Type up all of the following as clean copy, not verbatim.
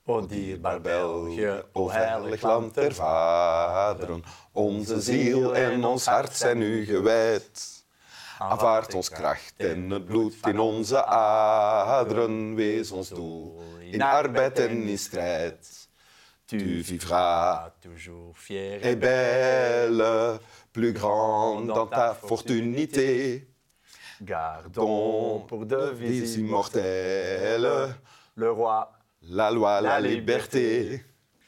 O dierbaar België, o heilig land der vaderen, onze ziel en ons hart zijn u gewijd. Aanvaard ons kracht en het bloed in onze aderen, wees ons doel in arbeid en in strijd. Tu vivras toujours fier et belle, plus grande dans ta fortunité. Gardons pour devise Des immortels, le roi. la loi, la liberté.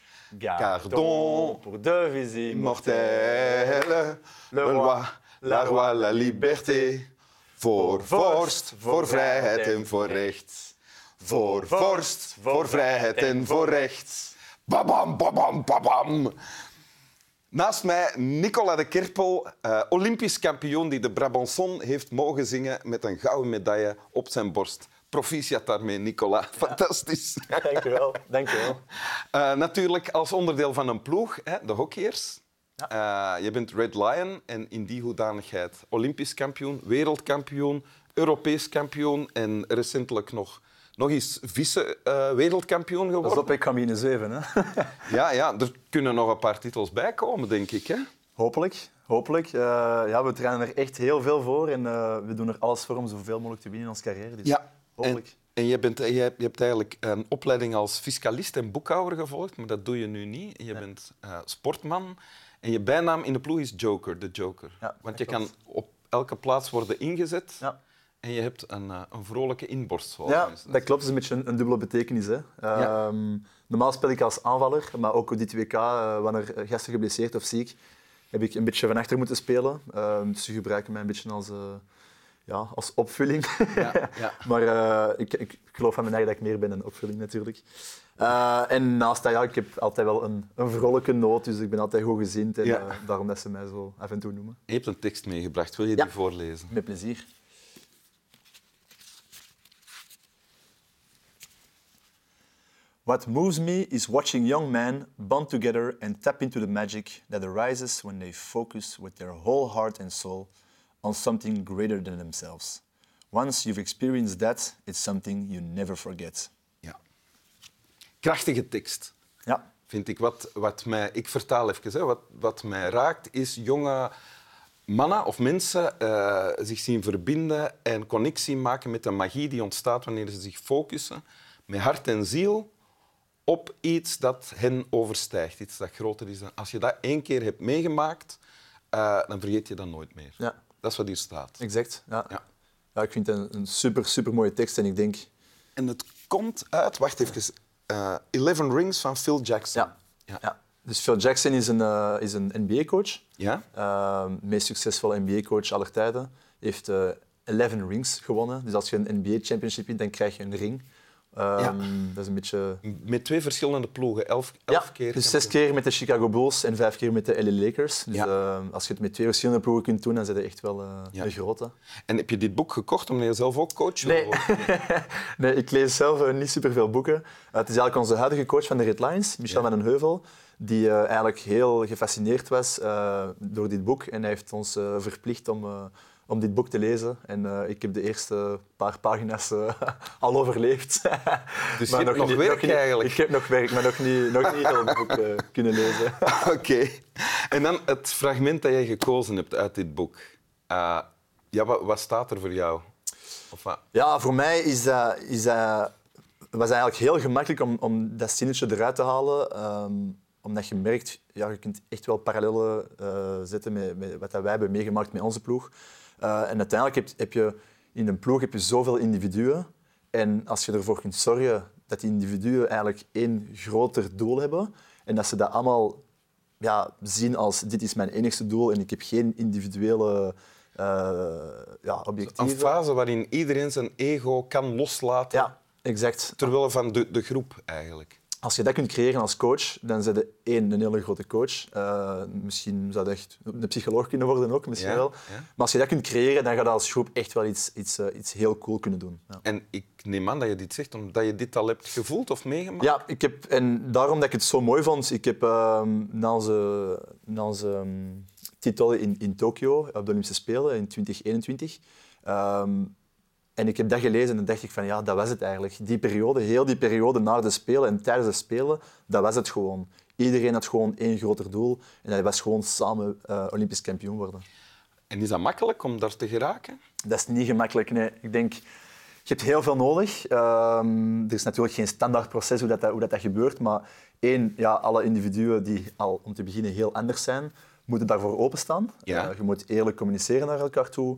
Gardons pour devise Immortelle, le roi, la liberté. Voor vorst, voor vrijheid en voor recht. Voor vorst, voor vrijheid en voor recht. Babam, babam, babam. Naast mij Nicolas de Kerpel, Olympisch kampioen die de Brabançon heeft mogen zingen met een gouden medaille op zijn borst. Proficiat daarmee, Nicolas. Fantastisch. Dank je wel. Dank je wel. Natuurlijk als onderdeel van een ploeg, hè, de hockeyers. Je bent Red Lion en in die hoedanigheid Olympisch kampioen, wereldkampioen, Europees kampioen en recentelijk nog eens vice-wereldkampioon geworden. Dat is op ik Camine 7. Hè? Ja, er kunnen nog een paar titels bij komen, denk ik. Hè? Hopelijk. We trainen er echt heel veel voor en we doen er alles voor om zoveel mogelijk te winnen in onze carrière. Dus Ja, hopelijk. En je hebt eigenlijk een opleiding als fiscalist en boekhouder gevolgd, maar dat doe je nu niet. Je bent sportman en je bijnaam in de ploeg is Joker, de Joker. Ja, want je kan op elke plaats worden ingezet en je hebt een vrolijke inborst. Ja, dat klopt. Dat is een beetje een dubbele betekenis. Hè. Normaal speel ik als aanvaller, maar ook dit WK, wanneer gasten geblesseerd of ziek, heb ik een beetje van achter moeten spelen. Dus ze gebruiken mij een beetje als opvulling. Maar ik geloof van mijn eigen dat ik meer ben dan opvulling natuurlijk. En naast dat, ik heb altijd wel een vrolijke noot, dus ik ben altijd goed gezind. En daarom dat ze mij zo af en toe noemen. Je hebt een tekst meegebracht. Wil je die voorlezen? Met plezier. What moves me is watching young men bond together and tap into the magic that arises when they focus with their whole heart and soul on something greater than themselves. Once you've experienced that, it's something you never forget. Ja. Krachtige tekst. Ja. Vind ik. Wat mij, ik vertaal even. Hè, wat mij raakt is jonge mannen of mensen zich zien verbinden en connectie maken met de magie die ontstaat wanneer ze zich focussen met hart en ziel op iets dat hen overstijgt, iets dat groter is. Als je dat 1 keer hebt meegemaakt, dan vergeet je dat nooit meer. Ja. Dat is wat hier staat. Exact. Ja, ik vind het een super mooie tekst en ik denk... En het komt uit... Wacht even. 11 Rings van Phil Jackson. Ja. Dus Phil Jackson is een NBA-coach. Ja? De meest succesvolle NBA-coach aller tijden. Heeft 11 rings gewonnen. Dus als je een NBA-championship wint, dan krijg je een ring. Dat is een beetje... Met 2 verschillende ploegen. 11 keer. Dus 6 keer met de Chicago Bulls en 5 keer met de LA Lakers. Dus als je het met 2 verschillende ploegen kunt doen, dan zijn je echt wel een grote. En heb je dit boek gekocht omdat je zelf ook coach wil worden? Nee, ik lees zelf niet superveel boeken. Het is eigenlijk onze huidige coach van de Red Lions, Michel van den Heuvel, die eigenlijk heel gefascineerd was door dit boek. En hij heeft ons verplicht om dit boek te lezen. En ik heb de eerste paar pagina's al overleefd. Dus je hebt nog werk eigenlijk? Ik heb nog werk, maar nog niet heel het boek kunnen lezen. Oké. En dan het fragment dat jij gekozen hebt uit dit boek. Wat staat er voor jou? Ja, voor mij was eigenlijk heel gemakkelijk om dat zinnetje eruit te halen. Omdat je merkt, je kunt echt wel parallellen zetten met wat wij hebben meegemaakt met onze ploeg. En uiteindelijk heb je in een ploeg zoveel individuen. En als je ervoor kunt zorgen dat die individuen eigenlijk 1 groter doel hebben en dat ze dat allemaal zien als dit is mijn enigste doel en ik heb geen individuele objectieven. Een fase waarin iedereen zijn ego kan loslaten. Ja, exact. Terwille van de groep eigenlijk. Als je dat kunt creëren als coach, dan ben je een hele grote coach. Misschien zou je echt een psycholoog kunnen worden ook, misschien wel. Ja. Maar als je dat kunt creëren, dan ga je als groep echt wel iets heel cool kunnen doen. Ja. En ik neem aan dat je dit zegt omdat je dit al hebt gevoeld of meegemaakt? Ja, en daarom dat ik het zo mooi vond. Ik heb na onze titel in Tokio op de Olympische Spelen in 2021... En ik heb dat gelezen en dan dacht ik van ja, dat was het eigenlijk. Die periode, heel die periode na de Spelen en tijdens de Spelen, dat was het gewoon. Iedereen had gewoon één groter doel en dat was gewoon samen Olympisch kampioen worden. En is dat makkelijk om daar te geraken? Dat is niet gemakkelijk, nee. Ik denk, je hebt heel veel nodig. Er is natuurlijk geen standaard proces hoe dat gebeurt, maar alle individuen die al om te beginnen heel anders zijn, moeten daarvoor openstaan. Ja. Je moet eerlijk communiceren naar elkaar toe.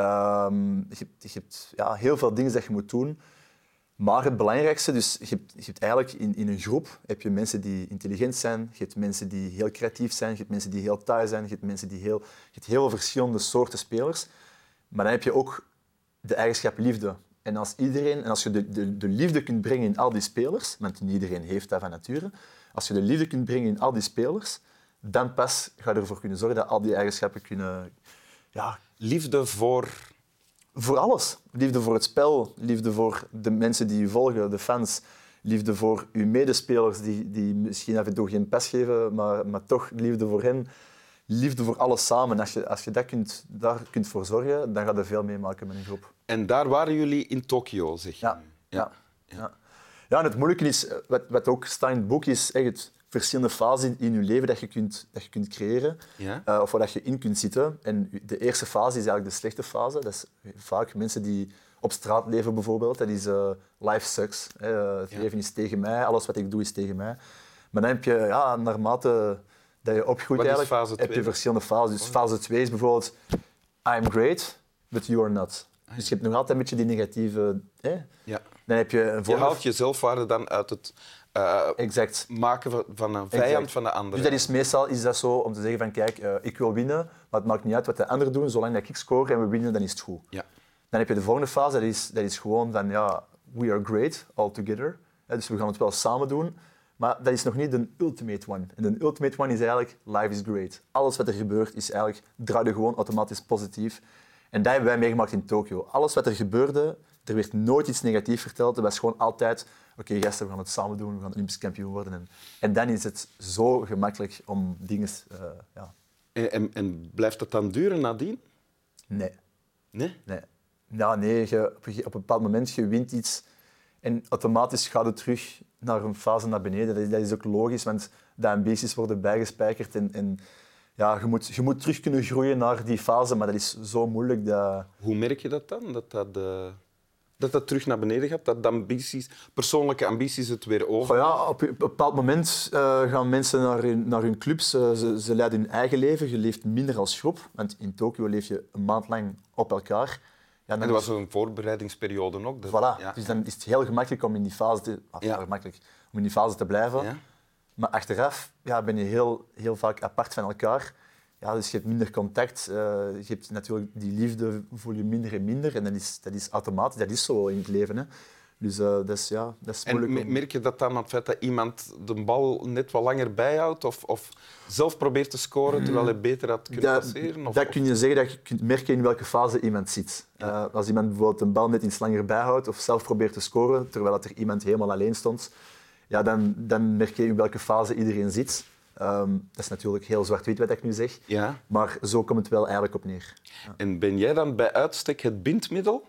Je hebt heel veel dingen dat je moet doen. Maar het belangrijkste, dus je hebt eigenlijk in een groep heb je mensen die intelligent zijn, je hebt mensen die heel creatief zijn, je hebt mensen die heel taai zijn, je hebt mensen die je hebt heel veel verschillende soorten spelers. Maar dan heb je ook de eigenschap liefde. En als je de liefde kunt brengen in al die spelers, want niet iedereen heeft dat van nature, als je de liefde kunt brengen in al die spelers, dan pas ga je ervoor kunnen zorgen dat al die eigenschappen kunnen... Ja, Liefde voor... Voor alles. Liefde voor het spel, liefde voor de mensen die je volgen, de fans. Liefde voor je medespelers die misschien af en toe geen pas geven, maar toch liefde voor hen. Liefde voor alles samen. Als je daar kunt voor zorgen, dan ga je veel meemaken met een groep. En daar waren jullie in Tokio, zeg je? Ja. En het moeilijke is, wat ook staat in het boek, is echt verschillende fasen in je leven dat je kunt creëren, Ja. of waar dat je in kunt zitten. En de eerste fase is eigenlijk de slechte fase. Dat is vaak mensen die op straat leven bijvoorbeeld. Dat is life sucks. Het leven is tegen mij, alles wat ik doe is tegen mij. Maar dan heb je, naarmate dat je opgroeit, heb je verschillende fases. Dus fase 2 is bijvoorbeeld I'm great, but you are not. Dus je hebt nog altijd een beetje die negatieve... Ja. Dan heb je Je haalt je zelfwaarde dan uit het exact. maken van een vijand van de andere. Dus dat is meestal zo om te zeggen van kijk, ik wil winnen, maar het maakt niet uit wat de anderen doen. Zolang dat ik score en we winnen, dan is het goed. Ja. Dan heb je de volgende fase, dat is gewoon van we are great all together. Dus we gaan het wel samen doen. Maar dat is nog niet de ultimate one. En de ultimate one is eigenlijk life is great. Alles wat er gebeurt is eigenlijk, draai je gewoon automatisch positief. En dat hebben wij meegemaakt in Tokio. Alles wat er gebeurde, er werd nooit iets negatiefs verteld. Het was gewoon altijd, oké, gasten, we gaan het samen doen, we gaan Olympisch kampioen worden. En dan is het zo gemakkelijk om dingen... En blijft dat dan duren nadien? Nee. Nee? Nee. Ja, nee, op een bepaald moment je wint iets en automatisch gaat het terug naar een fase naar beneden. Dat is ook logisch, want de ambities worden bijgespijkerd en je moet terug kunnen groeien naar die fase, maar dat is zo moeilijk. Hoe merk je dat dan? Dat terug naar beneden gaat? Dat de persoonlijke ambities het weer over? Op een bepaald moment gaan mensen naar hun clubs. Ze leiden hun eigen leven. Je leeft minder als groep. Want in Tokio leef je een maand lang op elkaar. Ja, en er was een voorbereidingsperiode ook. Voilà. Dus dan is het heel gemakkelijk om in die fase te blijven. Ja. Maar achteraf ben je heel vaak apart van elkaar. Ja, dus je hebt minder contact. Je hebt natuurlijk die liefde voel je minder en minder. En dat is automatisch. Dat is zo in het leven. Hè. Dus dat is moeilijk. En merk je dat dan aan het feit dat iemand de bal net wat langer bijhoudt of zelf probeert te scoren terwijl hij beter had kunnen passeren? Dat kun je zeggen, dat je kunt merken in welke fase iemand zit. Ja. Als iemand bijvoorbeeld de bal net iets langer bijhoudt of zelf probeert te scoren terwijl er iemand helemaal alleen stond, dan merk je in welke fase iedereen zit. Dat is natuurlijk heel zwart-wit wat ik nu zeg, maar zo komt het wel eigenlijk op neer. Ja. En ben jij dan bij uitstek het bindmiddel?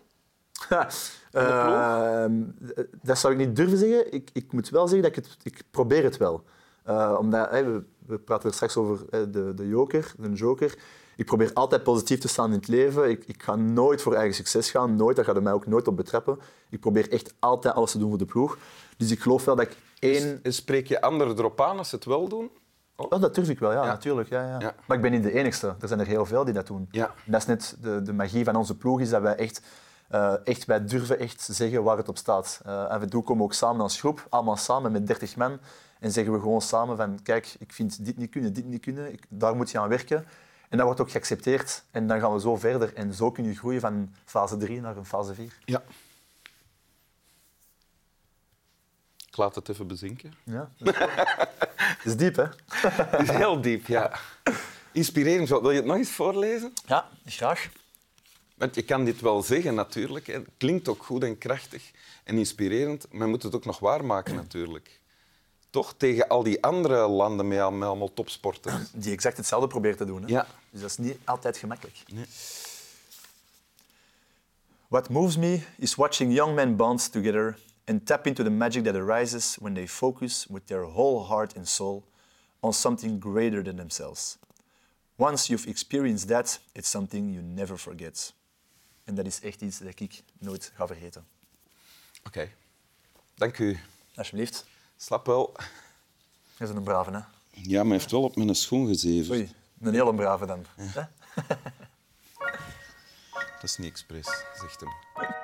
Dat zou ik niet durven zeggen. Ik moet wel zeggen dat ik probeer het wel. Omdat, we praten er straks over de joker. Ik probeer altijd positief te staan in het leven. Ik ga nooit voor eigen succes gaan. Nooit, daar gaat het mij ook nooit op betrappen. Ik probeer echt altijd alles te doen voor de ploeg. Dus ik geloof wel dat ik En spreek je anderen erop aan als ze het wel doen? Oh, dat durf ik wel, natuurlijk. Ja. Maar ik ben niet de enigste. Er zijn er heel veel die dat doen. Ja. Dat is net de magie van onze ploeg, is dat wij wij durven echt zeggen waar het op staat. Af en toe komen we ook samen als groep, allemaal samen met 30 man, en zeggen we gewoon samen van kijk, ik vind dit niet kunnen, daar moet je aan werken. En dat wordt ook geaccepteerd. En dan gaan we zo verder. En zo kun je groeien van fase 3 naar een fase 4. Ja. Ik laat het even bezinken. Ja, dat is diep, hè? Het is heel diep, ja. Inspirerend. Wil je het nog eens voorlezen? Ja, graag. Want je kan dit wel zeggen, natuurlijk. Het klinkt ook goed en krachtig en inspirerend, maar je moet het ook nog waarmaken, natuurlijk. Toch? Tegen al die andere landen met allemaal topsporters. Die exact hetzelfde proberen te doen. Hè? Ja. Dus dat is niet altijd gemakkelijk. Nee. What moves me is watching young men bond together and tap into the magic that arises when they focus with their whole heart and soul on something greater than themselves. Once you've experienced that, it's something you never forget. En dat is echt iets dat ik nooit ga vergeten. Oké. Dank u. Alsjeblieft. Slap wel. Dat is een brave, hè? Ja, maar hij heeft wel op mijn schoen gezeven. Oei, een hele brave dan. Ja. Dat is niet expres, zegt hem.